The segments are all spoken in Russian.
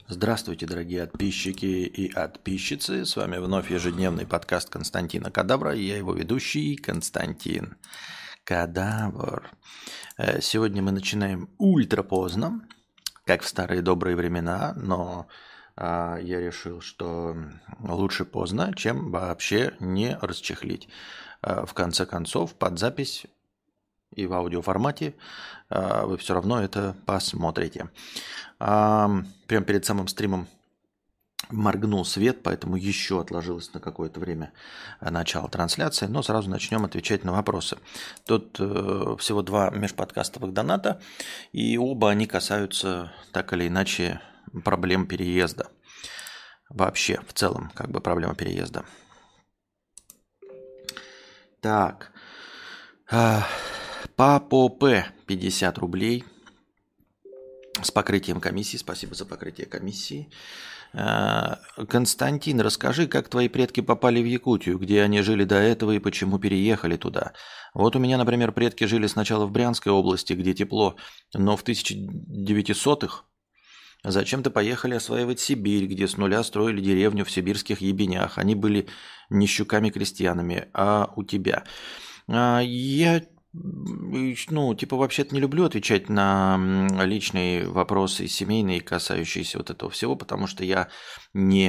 Здравствуйте, дорогие подписчики и подписчицы. С вами вновь ежедневный подкаст Константина Кадавра. И я его ведущий Константин Кадавр. Сегодня мы начинаем ультра поздно, как в старые добрые времена, но я решил, что лучше поздно, чем вообще не расчехлить. В конце концов, под запись и в аудиоформате вы все равно это посмотрите. Прямо перед самым стримом моргнул свет, поэтому еще отложилось на какое-то время начало трансляции, но сразу начнем отвечать на вопросы. Тут всего два межподкастовых доната, и оба они касаются так или иначе проблем переезда. Вообще, в целом, как бы проблема переезда. Так. Папо П. 50 рублей. С покрытием комиссии. Спасибо за покрытие комиссии. Константин, расскажи, как твои предки попали в Якутию, где они жили до этого и почему переехали туда. Вот у меня, например, предки жили сначала в Брянской области, где тепло, но в 1900-х зачем-то поехали осваивать Сибирь, где с нуля строили деревню в сибирских ебенях. Они были нищуками-крестьянами. А у тебя? Я вообще-то не люблю отвечать на личные вопросы семейные, касающиеся вот этого всего, потому что я не...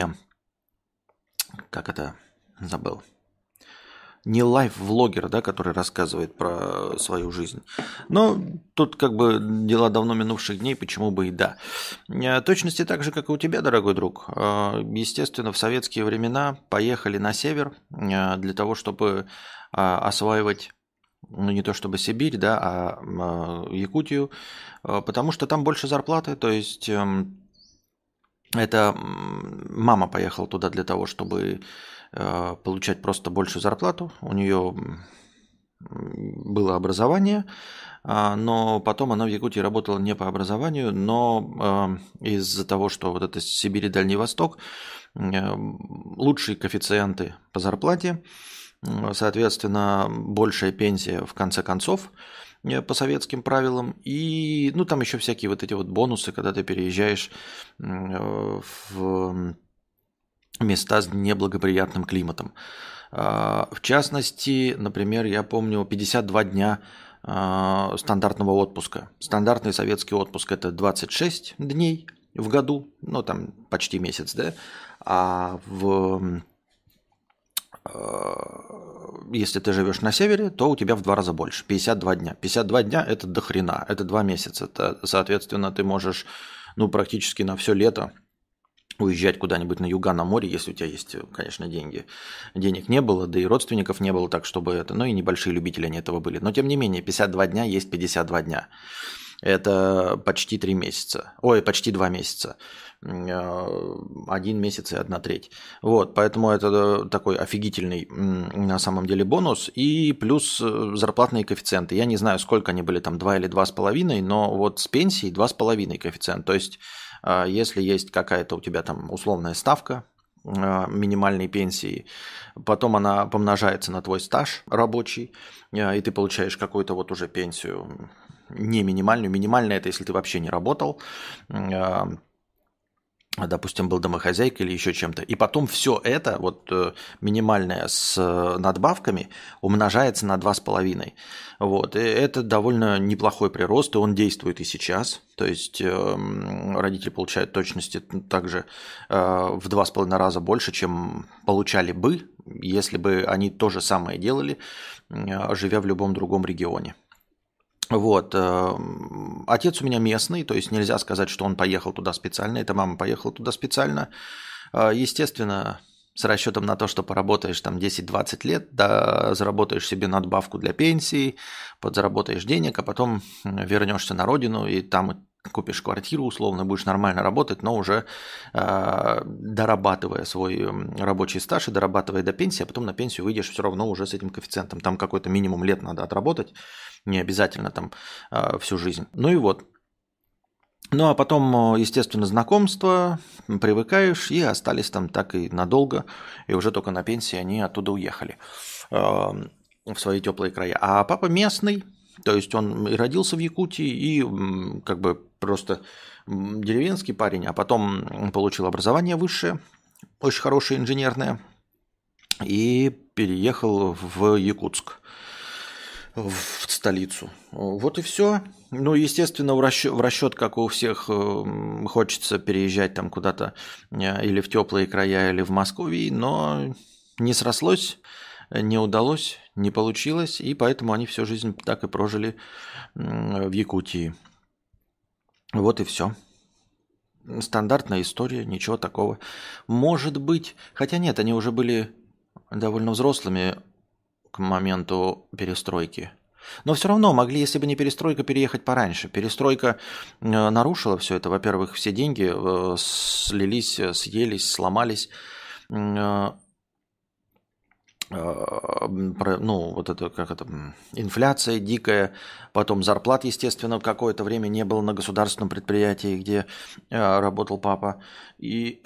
Забыл. Не лайф-влогер, да, который рассказывает про свою жизнь. Но тут как бы дела давно минувших дней, почему бы и да. Точности так же, как и у тебя, дорогой друг. Естественно, в советские времена поехали на север для того, чтобы осваивать не то чтобы Сибирь, да, а Якутию, потому что там больше зарплаты, то есть это мама поехала туда для того, чтобы получать просто большую зарплату, у нее было образование, но потом она в Якутии работала не по образованию, но из-за того, что вот это Сибирь и Дальний Восток, лучшие коэффициенты по зарплате, соответственно, большая пенсия в конце концов по советским правилам. И там еще всякие вот эти вот бонусы, когда ты переезжаешь в места с неблагоприятным климатом. В частности, например, я помню 52 дня стандартного отпуска. Стандартный советский отпуск – это 26 дней в году, там почти месяц, да, а если ты живешь на севере, то у тебя в 2 раза больше, 52 дня. 52 дня – это дохрена, это 2 месяца. Это, соответственно, ты можешь практически на все лето уезжать куда-нибудь на юга, на море, если у тебя есть, конечно, деньги. Денег не было, да и родственников не было, так чтобы это, и небольшие любители они этого были. Но, тем не менее, 52 дня есть 52 дня. Это почти 3 месяца. Ой, почти 2 месяца. 1 месяц и 1/3. Вот, поэтому это такой офигительный на самом деле бонус. И плюс зарплатные коэффициенты. Я не знаю, сколько они были, там 2 или 2,5, но вот с пенсией 2,5 коэффициент. То есть, если есть какая-то у тебя там условная ставка минимальной пенсии, потом она помножается на твой стаж рабочий, и ты получаешь какую-то вот уже пенсию не минимальную. Минимальная – это если ты вообще не работал, допустим, был домохозяйкой или еще чем-то. И потом все это, вот минимальное с надбавками, умножается на 2,5. Вот. И это довольно неплохой прирост, и он действует и сейчас. То есть родители получают точности также в 2,5 раза больше, чем получали бы, если бы они то же самое делали, живя в любом другом регионе. Вот. Отец у меня местный, то есть нельзя сказать, что он поехал туда специально. Это мама поехала туда специально. Естественно, с расчетом на то, что поработаешь там 10-20 лет, да, заработаешь себе надбавку для пенсии, подзаработаешь денег, а потом вернешься на родину и там купишь квартиру условно, будешь нормально работать, но уже дорабатывая свой рабочий стаж и дорабатывая до пенсии, а потом на пенсию выйдешь все равно уже с этим коэффициентом. Там какой-то минимум лет надо отработать, не обязательно там всю жизнь. Ну и вот. Ну а потом, естественно, знакомство, привыкаешь, и остались там так и надолго, и уже только на пенсии они оттуда уехали в свои теплые края. А папа местный, то есть он и родился в Якутии, и как бы просто деревенский парень, а потом получил образование высшее, очень хорошее инженерное, и переехал в Якутск, в столицу. Вот и все. Ну, естественно, в расчет, как у всех, хочется переезжать там куда-то или в теплые края, или в Москву, но не срослось, не удалось, не получилось, и поэтому они всю жизнь так и прожили в Якутии. Вот и все. Стандартная история, ничего такого. Может быть, хотя нет, они уже были довольно взрослыми к моменту перестройки. Но все равно могли, если бы не перестройка, переехать пораньше. Перестройка нарушила все это. Во-первых, все деньги слились, съелись, сломались. Ну, вот это, как это, инфляция дикая, потом зарплат, естественно, какое-то время не было на государственном предприятии, где работал папа. И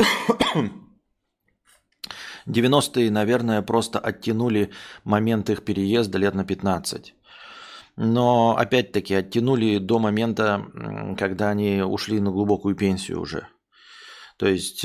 90-е, наверное, просто оттянули момент их переезда лет на 15. Но, опять-таки, оттянули до момента, когда они ушли на глубокую пенсию уже. То есть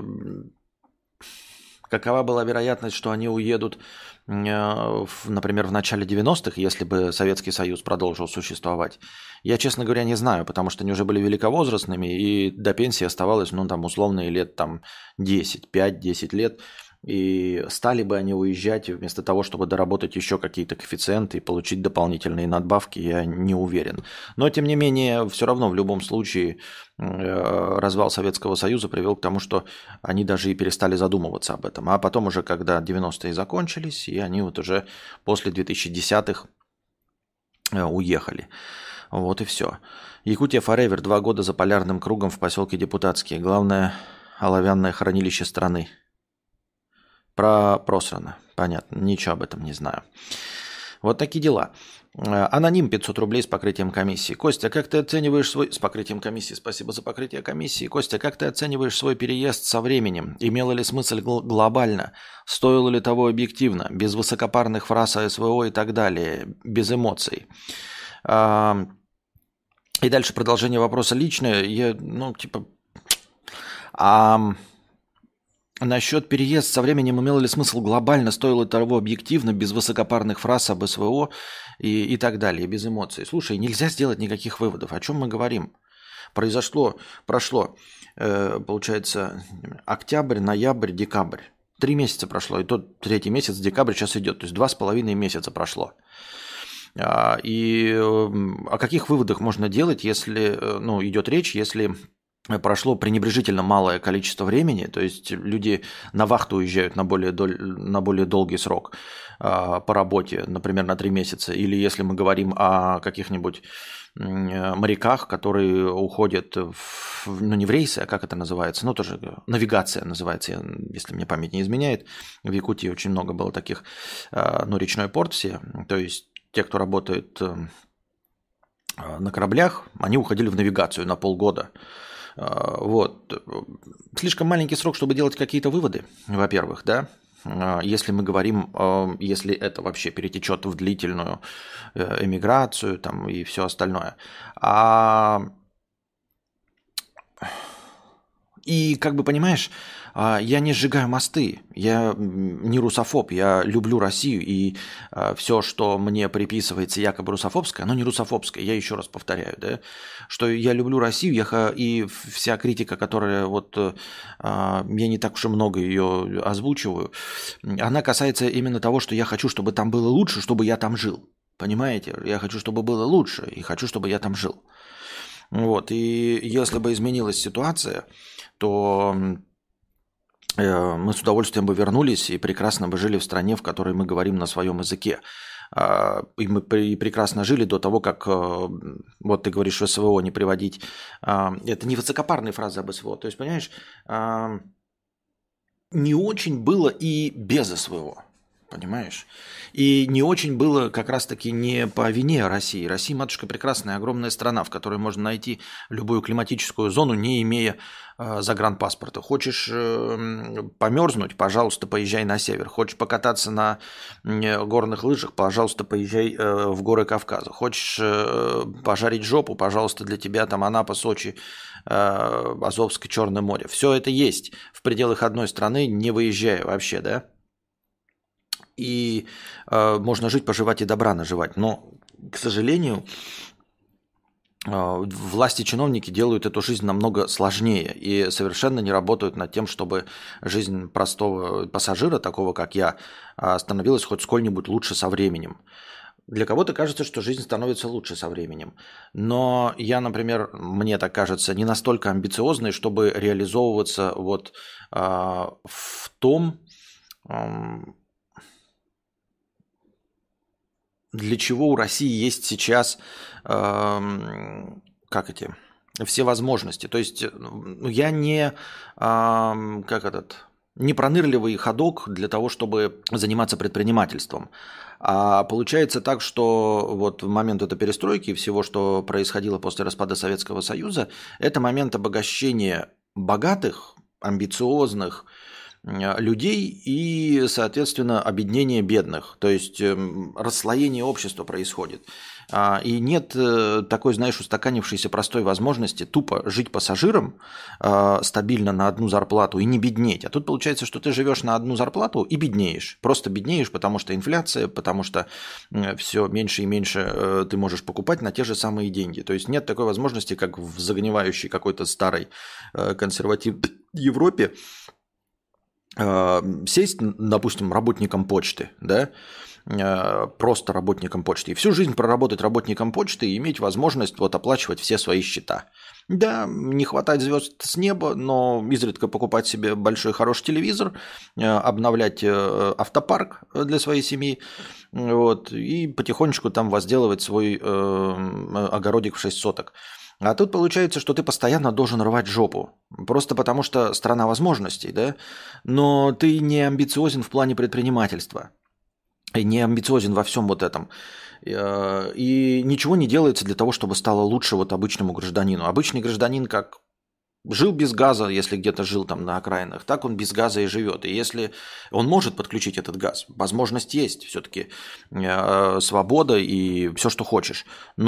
какова была вероятность, что они уедут, например, в начале 90-х, если бы Советский Союз продолжил существовать? Я, честно говоря, не знаю, потому что они уже были великовозрастными, и до пенсии оставалось, ну, там, условные лет там, 10, 5-10 лет. И стали бы они уезжать вместо того, чтобы доработать еще какие-то коэффициенты и получить дополнительные надбавки, я не уверен. Но, тем не менее, все равно в любом случае развал Советского Союза привел к тому, что они даже и перестали задумываться об этом. А потом уже, когда 90-е закончились, и они вот уже после 2010-х уехали. Вот и все. Якутия Forever. 2 года за полярным кругом в поселке Депутатские. Главное оловянное хранилище страны. Просрано. Понятно. Ничего об этом не знаю. Вот такие дела. Аноним 500 рублей с покрытием комиссии. Костя, как ты оцениваешь свой... С покрытием комиссии. Спасибо за покрытие комиссии. Костя, как ты оцениваешь свой переезд со временем? Имело ли смысл глобально? Стоило ли того объективно? Без высокопарных фраз о СВО и так далее. Без эмоций. И дальше продолжение вопроса личное. Насчет переезда со временем имело ли смысл глобально, стоило того объективно, без высокопарных фраз об СВО и так далее, без эмоций. Слушай, нельзя сделать никаких выводов. О чем мы говорим? Прошло, получается, октябрь, ноябрь, декабрь. 3 месяца прошло, и тот 3-й месяц, декабрь сейчас идет, то есть 2,5 месяца прошло. И о каких выводах можно делать, если, идет речь, если прошло пренебрежительно малое количество времени, то есть люди на вахту уезжают на более долгий срок по работе, например, на 3 месяца, или если мы говорим о каких-нибудь моряках, которые уходят не в рейсы, а как это называется, тоже навигация называется, если мне память не изменяет. В Якутии очень много было таких, речной порт все, то есть те, кто работает на кораблях, они уходили в навигацию на полгода. Вот. Слишком маленький срок, чтобы делать какие-то выводы, во-первых, да. Если мы говорим, если это вообще перетечет в длительную эмиграцию там, и все остальное. И как бы понимаешь, я не сжигаю мосты, я не русофоб, я люблю Россию, и все, что мне приписывается якобы русофобское, оно не русофобское, я еще раз повторяю, да, что я люблю Россию, и вся критика, которая я не так уж и много ее озвучиваю, она касается именно того, что я хочу, чтобы там было лучше, чтобы я там жил, понимаете, я хочу, чтобы было лучше, и хочу, чтобы я там жил. Вот, и если бы изменилась ситуация, то мы с удовольствием бы вернулись и прекрасно бы жили в стране, в которой мы говорим на своем языке. И мы прекрасно жили до того, как, вот ты говоришь, СВО не приводить. Это не высокопарные фразы об СВО. То есть, понимаешь, не очень было и без СВО. Понимаешь? И не очень было как раз-таки не по вине России. Россия, матушка прекрасная, огромная страна, в которой можно найти любую климатическую зону, не имея загранпаспорта. Хочешь померзнуть, пожалуйста, поезжай на север. Хочешь покататься на горных лыжах, пожалуйста, поезжай в горы Кавказа. Хочешь пожарить жопу, пожалуйста, для тебя там Анапа, Сочи, Азовское, Черное море. Все это есть в пределах одной страны, не выезжая вообще, да? И можно жить, поживать и добра наживать. Но, к сожалению, власти, чиновники делают эту жизнь намного сложнее и совершенно не работают над тем, чтобы жизнь простого пассажира, такого как я, становилась хоть сколь-нибудь лучше со временем. Для кого-то кажется, что жизнь становится лучше со временем. Но я, например, мне так кажется, не настолько амбициозный, чтобы реализовываться вот в том, для чего у России есть сейчас все возможности. То есть я не не пронырливый ходок для того, чтобы заниматься предпринимательством. А получается так, что вот в момент этой перестройки и всего, что происходило после распада Советского Союза, это момент обогащения богатых, амбициозных людей и, соответственно, обеднение бедных. То есть расслоение общества происходит. И нет такой, знаешь, устаканившейся простой возможности тупо жить пассажиром стабильно на одну зарплату и не беднеть. А тут получается, что ты живешь на одну зарплату и беднеешь. Просто беднеешь, потому что инфляция, потому что все меньше и меньше ты можешь покупать на те же самые деньги. То есть нет такой возможности, как в загнивающей какой-то старой консервативной Европе, сесть, допустим, работником почты, да, просто работником почты, и всю жизнь проработать работником почты и иметь возможность вот оплачивать все свои счета. Да, не хватает звезд с неба, но изредка покупать себе большой хороший телевизор, обновлять автопарк для своей семьи, вот, и потихонечку там возделывать свой огородик в 6 соток. А тут получается, что ты постоянно должен рвать жопу. Просто потому, что страна возможностей, да? Но ты не амбициозен в плане предпринимательства. И не амбициозен во всем вот этом. И ничего не делается для того, чтобы стало лучше вот обычному гражданину. Обычный гражданин как жил без газа, если где-то жил там на окраинах, так он без газа и живет. И если он может подключить этот газ, возможность есть. Все-таки свобода и все, что хочешь.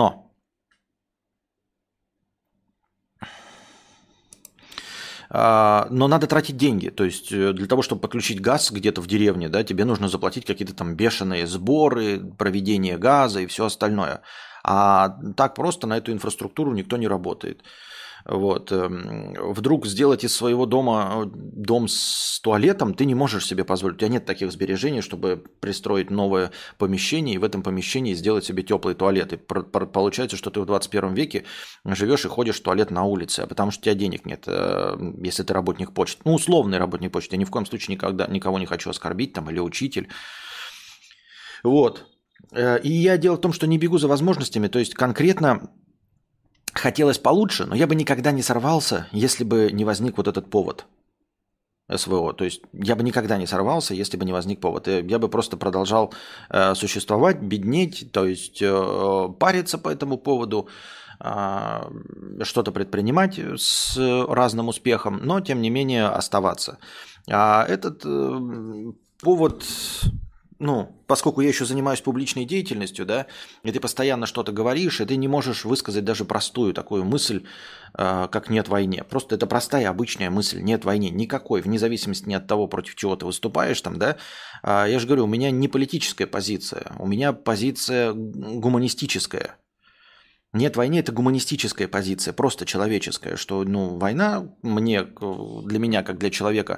Но надо тратить деньги. То есть для того, чтобы подключить газ где-то в деревне, да, тебе нужно заплатить какие-то там бешеные сборы, проведение газа и все остальное. А так просто на эту инфраструктуру никто не работает. Вот. Вдруг сделать из своего дома дом с туалетом ты не можешь себе позволить. У тебя нет таких сбережений, чтобы пристроить новое помещение и в этом помещении сделать себе теплый туалет. И получается, что ты в 21 веке живешь и ходишь в туалет на улице, а потому что у тебя денег нет, если ты работник почты. Ну, условный работник почты. Я ни в коем случае никого не хочу оскорбить там, или учитель. Вот. И я дело в том, что не бегу за возможностями, то есть конкретно хотелось получше, но я бы никогда не сорвался, если бы не возник вот этот повод СВО. То есть я бы никогда не сорвался, если бы не возник повод. Я бы просто продолжал существовать, беднеть, то есть париться по этому поводу, что-то предпринимать с разным успехом, но тем не менее оставаться. А этот повод... Ну, поскольку я еще занимаюсь публичной деятельностью, да, и ты постоянно что-то говоришь, и ты не можешь высказать даже простую такую мысль, как «нет войне». Просто это простая, обычная мысль «нет войне». Никакой, вне зависимости ни от того, против чего ты выступаешь там, да. Я же говорю, у меня не политическая позиция, у меня позиция гуманистическая. «Нет войне» – это гуманистическая позиция, просто человеческая, что, ну, война для меня, как для человека,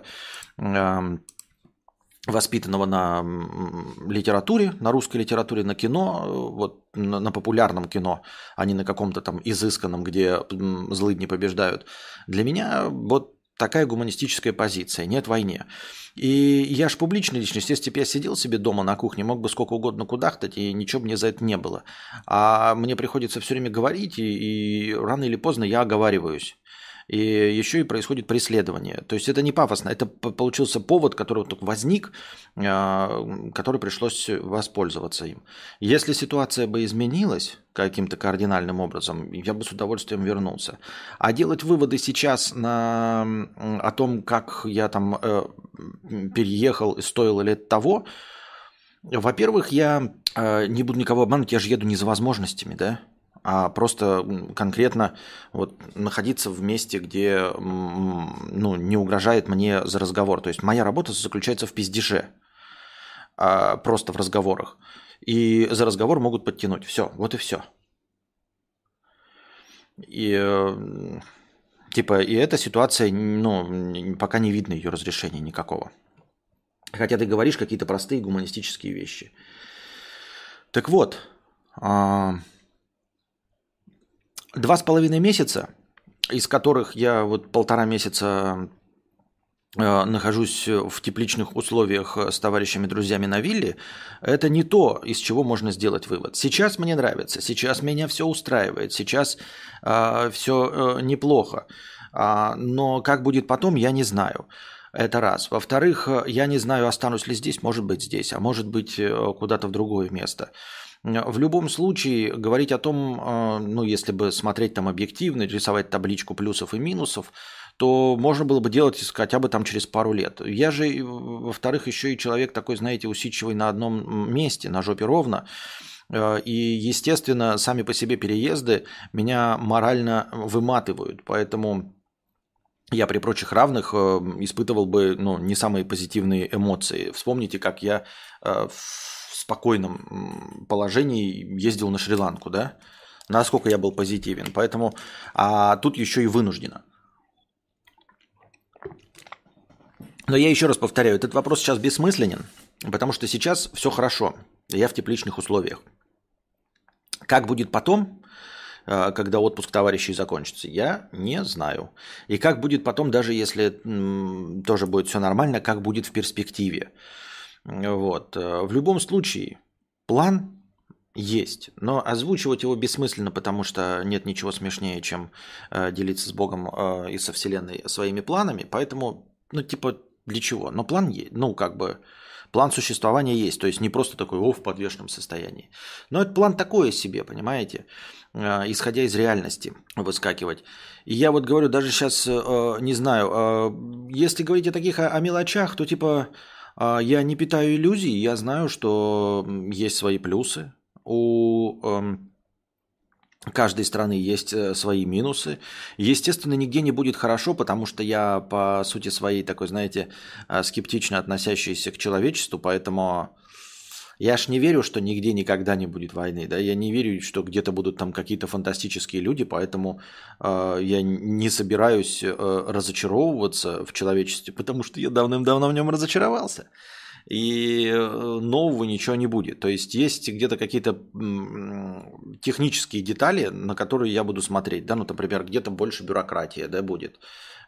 воспитанного на литературе, на русской литературе, на кино, вот на популярном кино, а не на каком-то там изысканном, где злыдни побеждают. Для меня вот такая гуманистическая позиция, нет войне. И я ж публичная личность, если бы я сидел себе дома на кухне, мог бы сколько угодно кудахтать, и ничего мне за это не было. А мне приходится все время говорить, и рано или поздно я оговариваюсь. И еще и происходит преследование. То есть это не пафосно, это получился повод, который вот возник, который пришлось воспользоваться им. Если ситуация бы изменилась каким-то кардинальным образом, я бы с удовольствием вернулся. А делать выводы сейчас о том, как я там переехал и стоило ли это того, во-первых, я не буду никого обманывать, я же еду не за возможностями, да, а просто конкретно вот находиться в месте, где не угрожает мне за разговор. То есть моя работа заключается в пиздеже, просто в разговорах. И за разговор могут подтянуть. Все, вот и все. И и эта ситуация, пока не видно ее разрешения никакого. Хотя ты говоришь какие-то простые гуманистические вещи. Так вот, 2,5 месяца, из которых я вот 1,5 месяца нахожусь в тепличных условиях с товарищами, друзьями на вилле, это не то, из чего можно сделать вывод. Сейчас мне нравится, сейчас меня все устраивает, сейчас все неплохо, но как будет потом, я не знаю. Это раз. Во-вторых, я не знаю, останусь ли здесь, может быть здесь, а может быть куда-то в другое место. В любом случае, говорить о том, если бы смотреть там объективно, рисовать табличку плюсов и минусов, то можно было бы делать хотя бы там через пару лет. Я же, во-вторых, еще и человек такой, знаете, усидчивый на одном месте, на жопе ровно. И, естественно, сами по себе переезды меня морально выматывают. Поэтому я при прочих равных испытывал бы не самые позитивные эмоции. Вспомните, как я в спокойном положении ездил на Шри-Ланку, да? Насколько я был позитивен. Поэтому, тут еще и вынужденно. Но я еще раз повторяю, этот вопрос сейчас бессмысленен, потому что сейчас все хорошо. Я в тепличных условиях. Как будет потом, когда отпуск товарищей закончится, я не знаю. И как будет потом, даже если тоже будет все нормально, как будет в перспективе. Вот. В любом случае, план есть, но озвучивать его бессмысленно, потому что нет ничего смешнее, чем делиться с Богом и со Вселенной своими планами. Поэтому, для чего? Но план есть, план существования есть, то есть не просто такой в подвешенном состоянии. Но это план такой себе, понимаете, исходя из реальности выскакивать. И я вот говорю, даже сейчас не знаю, если говорить о таких о мелочах, то я не питаю иллюзий, я знаю, что есть свои плюсы, у каждой страны есть свои минусы. Естественно, нигде не будет хорошо, потому что я по сути своей такой, знаете, скептично относящийся к человечеству, поэтому я ж не верю, что нигде никогда не будет войны, да, я не верю, что где-то будут там какие-то фантастические люди, поэтому я не собираюсь разочаровываться в человечестве, потому что я давным-давно в нем разочаровался. И нового ничего не будет. То есть где-то какие-то технические детали, на которые я буду смотреть. Да? Например, где-то больше бюрократия, да, будет.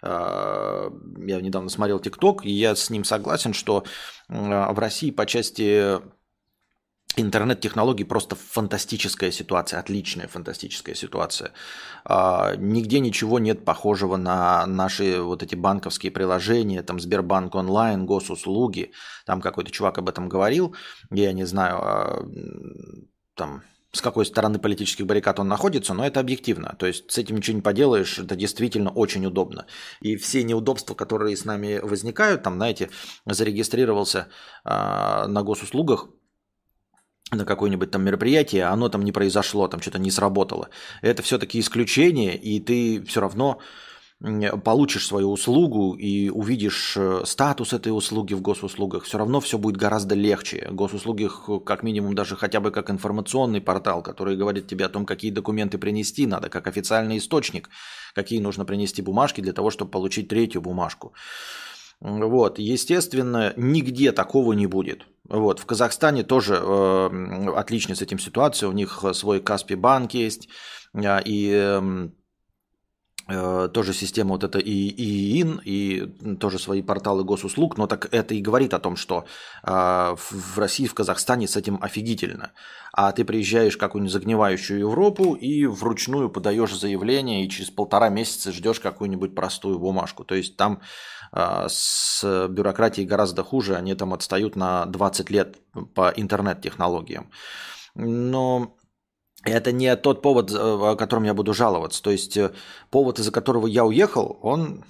Я недавно смотрел ТикТок, и я с ним согласен, что в России по части интернет-технологий просто фантастическая ситуация, отличная фантастическая ситуация. Нигде ничего нет похожего на наши вот эти банковские приложения, там Сбербанк онлайн, госуслуги. Там какой-то чувак об этом говорил. Я не знаю, там с какой стороны политических баррикад он находится, но это объективно. То есть с этим ничего не поделаешь, это действительно очень удобно. И все неудобства, которые с нами возникают, там, знаете, зарегистрировался на госуслугах, на какое-нибудь там мероприятие, оно там не произошло, там что-то не сработало. Это все-таки исключение, и ты все равно получишь свою услугу и увидишь статус этой услуги в госуслугах. Все равно все будет гораздо легче. Госуслуги, как минимум, даже хотя бы как информационный портал, который говорит тебе о том, какие документы принести надо, как официальный источник, какие нужно принести бумажки для того, чтобы получить третью бумажку. Вот, естественно, нигде такого не будет. Вот, в Казахстане тоже отлично с этим ситуация. У них свой Каспий банк есть, и тоже система вот это и ИИН, и тоже свои порталы госуслуг, но так это и говорит о том, что в России, в Казахстане с этим офигительно. А ты приезжаешь в какую-нибудь загнивающую Европу и вручную подаешь заявление, и через 1,5 месяца ждешь какую-нибудь простую бумажку. То есть там с бюрократией гораздо хуже, они там отстают на 20 лет по интернет-технологиям. Но это не тот повод, о котором я буду жаловаться. То есть повод, из-за которого я уехал, он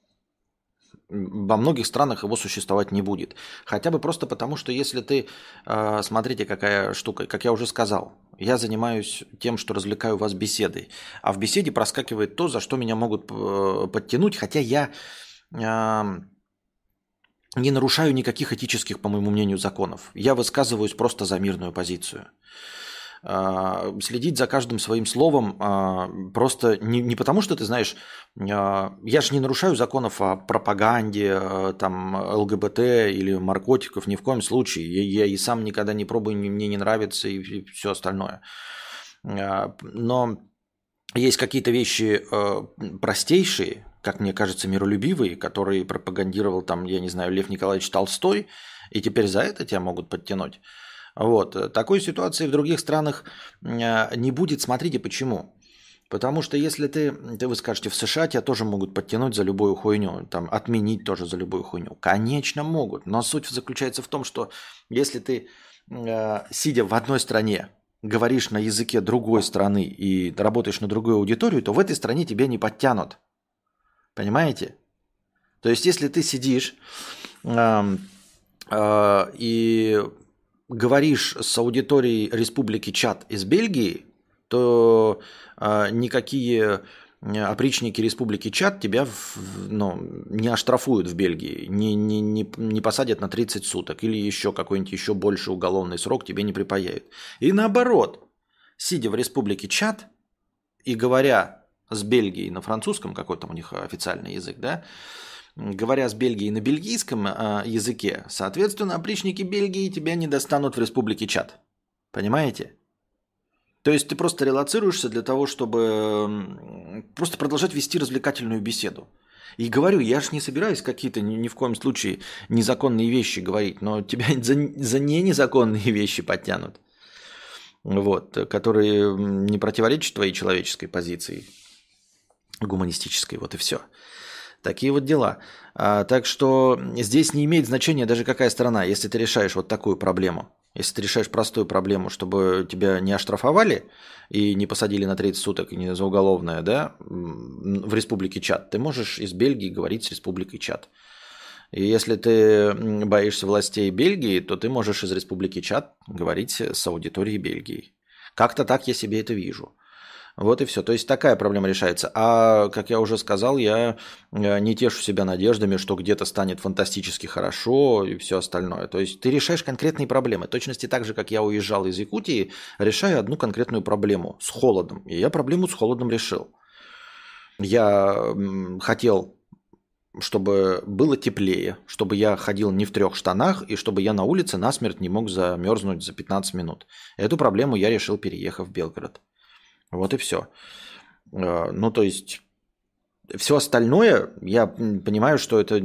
во многих странах его существовать не будет. Хотя бы просто потому, что если ты... Смотрите, какая штука. Как я уже сказал, я занимаюсь тем, что развлекаю вас беседой. А в беседе проскакивает то, за что меня могут подтянуть. Хотя я не нарушаю никаких этических, по моему мнению, законов. Я высказываюсь просто за мирную позицию. Следить за каждым своим словом просто не потому, что ты знаешь, я же не нарушаю законов о пропаганде, там, ЛГБТ или наркотиков ни в коем случае. Я и сам никогда не пробую, мне не нравится и все остальное. Но есть какие-то вещи простейшие, как мне кажется, миролюбивые, которые пропагандировал там, я не знаю, Лев Николаевич Толстой, и теперь за это тебя могут подтянуть. Вот. Такой ситуации в других странах не будет. Смотрите, почему. Потому что если вы скажете, в США тебя тоже могут подтянуть за любую хуйню, там, отменить тоже за любую хуйню. Конечно, могут. Но суть заключается в том, что если ты, сидя в одной стране, говоришь на языке другой страны и работаешь на другую аудиторию, то в этой стране тебя не подтянут. Понимаете? То есть, если ты сидишь и говоришь с аудиторией Республики Чад из Бельгии, то никакие опричники Республики Чад тебя не оштрафуют в Бельгии, не посадят на 30 суток или еще какой-нибудь еще больше уголовный срок тебе не припаяют. И наоборот, сидя в Республике Чад и говоря с Бельгией на французском, какой там у них официальный язык, да, говоря с Бельгией на бельгийском языке, соответственно, опричники Бельгии тебя не достанут в Республике Чад. Понимаете? То есть ты просто релоцируешься для того, чтобы просто продолжать вести развлекательную беседу. И говорю, я же не собираюсь какие-то ни в коем случае незаконные вещи говорить, но тебя за незаконные вещи подтянут, вот, которые не противоречат твоей человеческой позиции, гуманистической, вот и все. Такие вот дела. Так что здесь не имеет значения даже какая сторона. Если ты решаешь вот такую проблему, если ты решаешь простую проблему, чтобы тебя не оштрафовали и не посадили на 30 суток и не за уголовное, да, в Республике Чад, ты можешь из Бельгии говорить с Республикой Чад. И если ты боишься властей Бельгии, то ты можешь из Республики Чад говорить с аудиторией Бельгии. Как-то так я себе это вижу. Вот и все. То есть такая проблема решается. А, как я уже сказал, я не тешу себя надеждами, что где-то станет фантастически хорошо и все остальное. То есть ты решаешь конкретные проблемы. В точности так же, как я уезжал из Якутии, решаю одну конкретную проблему с холодом. И я проблему с холодом решил. Я хотел, чтобы было теплее, чтобы я ходил не в 3 штанах и чтобы я на улице насмерть не мог замерзнуть за 15 минут. Эту проблему я решил, переехав в Белгород. Вот и все. Ну, то есть, все остальное, я понимаю, что это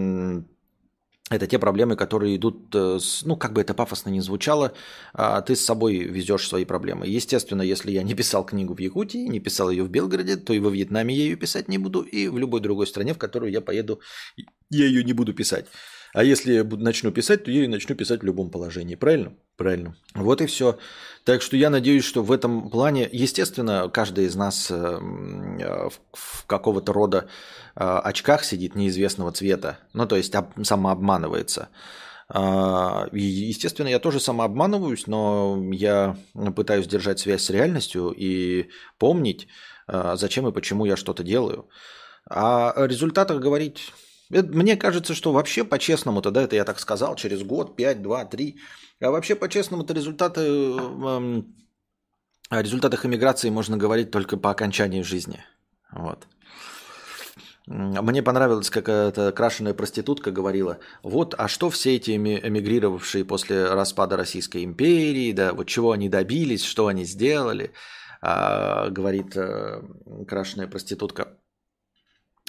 те проблемы, которые идут, как бы это пафосно ни звучало, ты с собой везешь свои проблемы. Естественно, если я не писал книгу в Якутии, не писал ее в Белгороде, то и во Вьетнаме я ее писать не буду, и в любой другой стране, в которую я поеду, я ее не буду писать. А если я начну писать, то я ее начну писать в любом положении. Правильно? Правильно. Вот и все. Так что я надеюсь, что в этом плане, естественно, каждый из нас в какого-то рода очках сидит неизвестного цвета. Ну, то есть самообманывается. И, естественно, я тоже самообманываюсь, но я пытаюсь держать связь с реальностью и помнить, зачем и почему я что-то делаю. А о результатах говорить... Мне кажется, что вообще по-честному-то, да, это я так сказал, через год, 5, 2, 3, а вообще по-честному-то о результатах иммиграции можно говорить только по окончании жизни. Вот. Мне понравилось, как эта крашеная проститутка говорила, вот, а что все эти эмигрировавшие после распада Российской империи, да, вот чего они добились, что они сделали, говорит крашеная проститутка.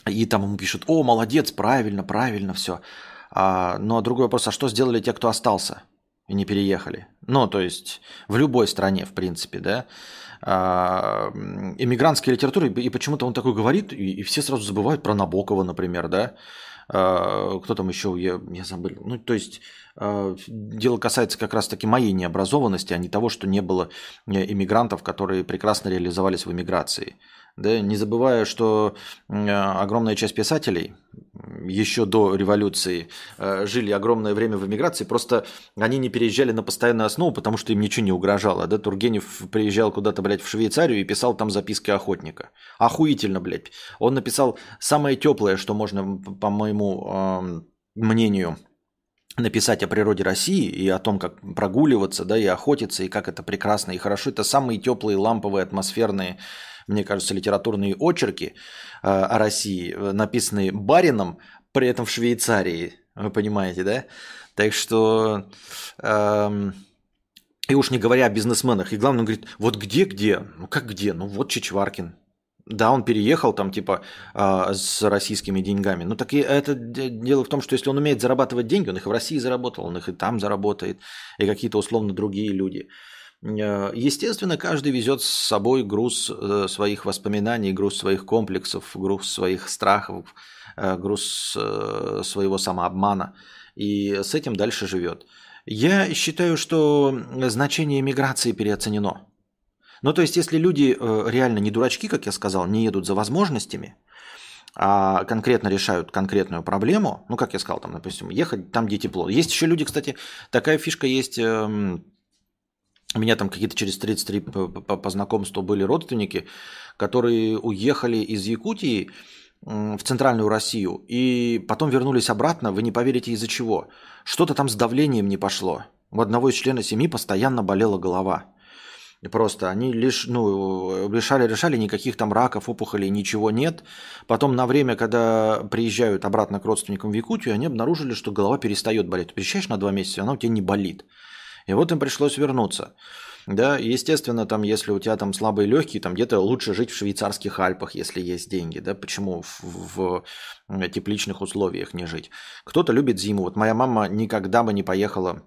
И там ему пишут: о, молодец, правильно, правильно, все. Но другой вопрос: а что сделали те, кто остался и не переехали? Ну, то есть в любой стране, в принципе, да. Иммигрантская литература, и почему-то он такой говорит, и все сразу забывают про Набокова, например, да. Кто там еще, я забыл. Ну, то есть дело касается как раз-таки моей необразованности, а не того, что не было иммигрантов, которые прекрасно реализовались в эмиграции. Да, не забывая, что огромная часть писателей еще до революции жили огромное время в эмиграции, просто они не переезжали на постоянную основу, потому что им ничего не угрожало. Да? Тургенев приезжал куда-то, блядь, в Швейцарию и писал там записки охотника. Охуительно, блядь. Он написал самое теплое, что можно, по моему мнению, написать о природе России и о том, как прогуливаться, да, и охотиться, и как это прекрасно и хорошо. Это самые теплые, ламповые, атмосферные, мне кажется, литературные очерки о России, написанные барином, при этом в Швейцарии. Вы понимаете, да? Так что... и уж не говоря о бизнесменах. И главное, он говорит: вот где? Ну как где? Ну вот Чичваркин. Да, он переехал там типа с российскими деньгами. Ну так и это дело в том, что если он умеет зарабатывать деньги, он их в России заработал, он их и там заработает, и какие-то условно другие люди. Естественно, каждый везет с собой груз своих воспоминаний, груз своих комплексов, груз своих страхов, груз своего самообмана. И с этим дальше живет. Я считаю, что значение миграции переоценено. Ну, то есть, если люди реально не дурачки, как я сказал, не едут за возможностями, а конкретно решают конкретную проблему, ну, как я сказал, там, допустим, ехать там, где тепло. Есть еще люди, кстати, такая фишка есть, у меня там какие-то через 33 по знакомству были родственники, которые уехали из Якутии в центральную Россию и потом вернулись обратно, вы не поверите, из-за чего. Что-то там с давлением не пошло. У одного из членов семьи постоянно болела голова. И просто они решали, никаких там раков, опухолей, ничего нет. Потом на время, когда приезжают обратно к родственникам в Якутию, они обнаружили, что голова перестает болеть. Ты приезжаешь на 2 месяца, она у тебя не болит. И вот им пришлось вернуться. Да, естественно, там, если у тебя там слабые легкие, там где-то лучше жить в швейцарских Альпах, если есть деньги, да, почему в тепличных условиях не жить? Кто-то любит зиму. Вот моя мама никогда бы не поехала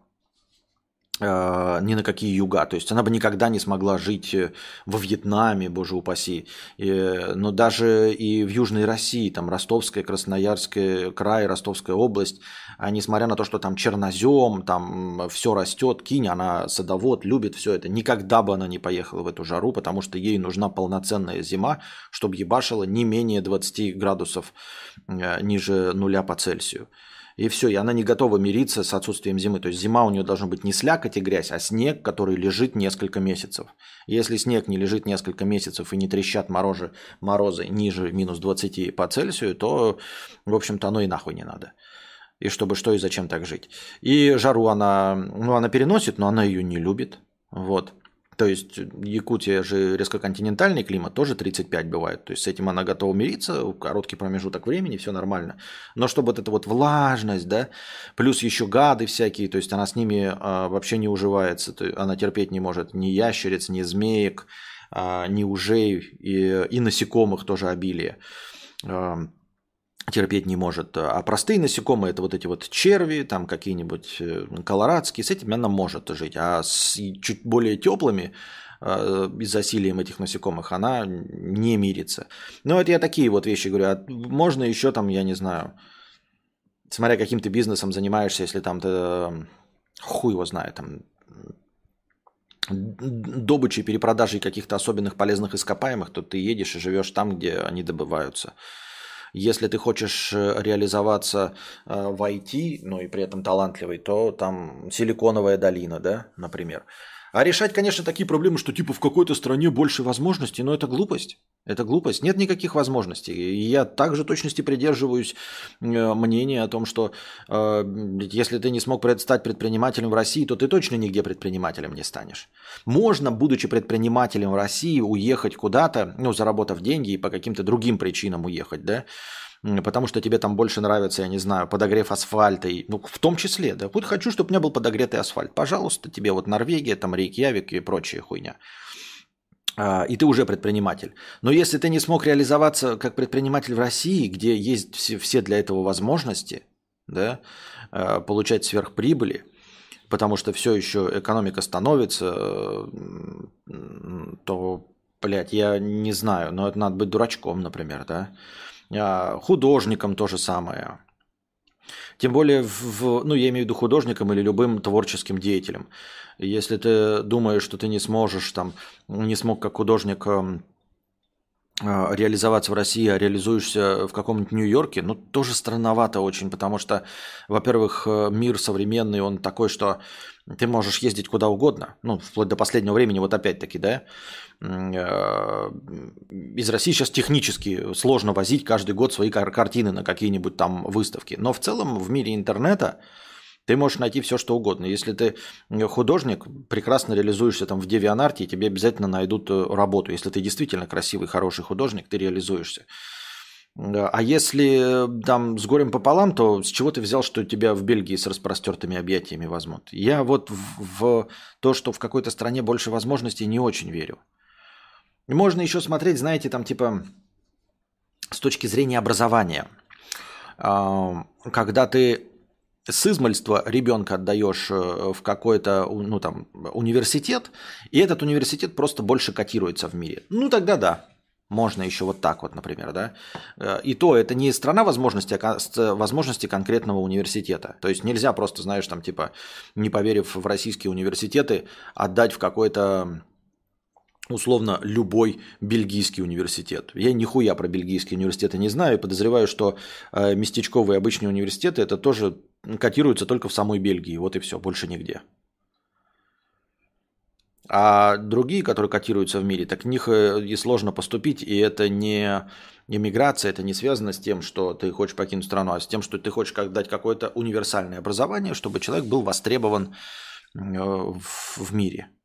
ни на какие юга. То есть она бы никогда не смогла жить во Вьетнаме, боже упаси. Но даже и в Южной России, там Ростовская, Красноярская край, Ростовская область, несмотря на то, что там чернозем, там все растет, кинь, она садовод, любит все это, никогда бы она не поехала в эту жару, потому что ей нужна полноценная зима, чтобы ебашила не менее 20 градусов ниже нуля по Цельсию. И все, и она не готова мириться с отсутствием зимы. То есть зима у нее должна быть не слякоть и грязь, а снег, который лежит несколько месяцев. Если снег не лежит несколько месяцев и не трещат морозы ниже минус 20 по Цельсию, то, в общем-то, оно и нахуй не надо. И чтобы что и зачем так жить. И жару она переносит, но она ее не любит. Вот. То есть Якутия же резкоконтинентальный климат, тоже 35 бывает. То есть с этим она готова мириться, короткий промежуток времени, все нормально. Но чтобы вот эта вот влажность, да, плюс еще гады всякие, то есть она с ними вообще не уживается. Она терпеть не может ни ящериц, ни змеек, ни ужей и насекомых тоже обилие. Терпеть не может. А простые насекомые, это вот эти вот черви, там какие-нибудь колорадские, с этим она может жить. А с чуть более теплыми, с засилием этих насекомых, она не мирится. Ну, это я такие вот вещи говорю. А можно еще там, я не знаю, смотря каким ты бизнесом занимаешься, если там ты, хуй его знает, там, добычей, перепродажей каких-то особенных полезных ископаемых, то ты едешь и живешь там, где они добываются. Если ты хочешь реализоваться в IT, но и при этом талантливый, то там Силиконовая долина, да, например. А решать, конечно, такие проблемы, что типа в какой-то стране больше возможностей, но это глупость. Это глупость. Нет никаких возможностей. И я также точности придерживаюсь мнения о том, что если ты не смог стать предпринимателем в России, то ты точно нигде предпринимателем не станешь. Можно, будучи предпринимателем в России, уехать куда-то, заработав деньги и по каким-то другим причинам уехать, да, потому что тебе там больше нравится, я не знаю, подогрев асфальта, в том числе, да, вот хочу, чтобы у меня был подогретый асфальт, пожалуйста, тебе вот Норвегия, там Рейкьявик и прочая хуйня. и ты уже предприниматель. Но если ты не смог реализоваться как предприниматель в России, где есть все для этого возможности, да, получать сверхприбыли, потому что все еще экономика становится, то, блядь, я не знаю, но это надо быть дурачком, например, да. Художником то же самое. Тем более, ну, я имею в виду художником или любым творческим деятелем. Если ты думаешь, что ты не сможешь, там, не смог как художник реализоваться в России, а реализуешься в каком-нибудь Нью-Йорке, ну, тоже странновато очень, потому что, во-первых, мир современный, он такой, что ты можешь ездить куда угодно, ну, вплоть до последнего времени, вот опять-таки, да, из России сейчас технически сложно возить каждый год свои картины на какие-нибудь там выставки, но в целом в мире интернета ты можешь найти все, что угодно. Если ты художник, прекрасно реализуешься там в DeviantArt, тебе обязательно найдут работу. Если ты действительно красивый, хороший художник, ты реализуешься. А если там с горем пополам, то с чего ты взял, что тебя в Бельгии с распростертыми объятиями возьмут? Я вот в то, что в какой-то стране больше возможностей, не очень верю. Можно еще смотреть, знаете, там типа с точки зрения образования. Когда ты с измальства ребенка отдаешь в какой-то, ну, там, университет, и этот университет просто больше котируется в мире. Ну, тогда да. Можно еще вот так вот, например, да. И то это не страна возможностей, а возможности конкретного университета. То есть нельзя просто, знаешь, там, типа, не поверив в российские университеты, отдать в какой-то условно любой бельгийский университет. Я нихуя про бельгийские университеты не знаю и подозреваю, что местечковые обычные университеты это тоже котируются только в самой Бельгии. Вот и все, больше нигде. А другие, которые котируются в мире, так в них и сложно поступить, и это не иммиграция, это не связано с тем, что ты хочешь покинуть страну, а с тем, что ты хочешь дать какое-то универсальное образование, чтобы человек был востребован в мире.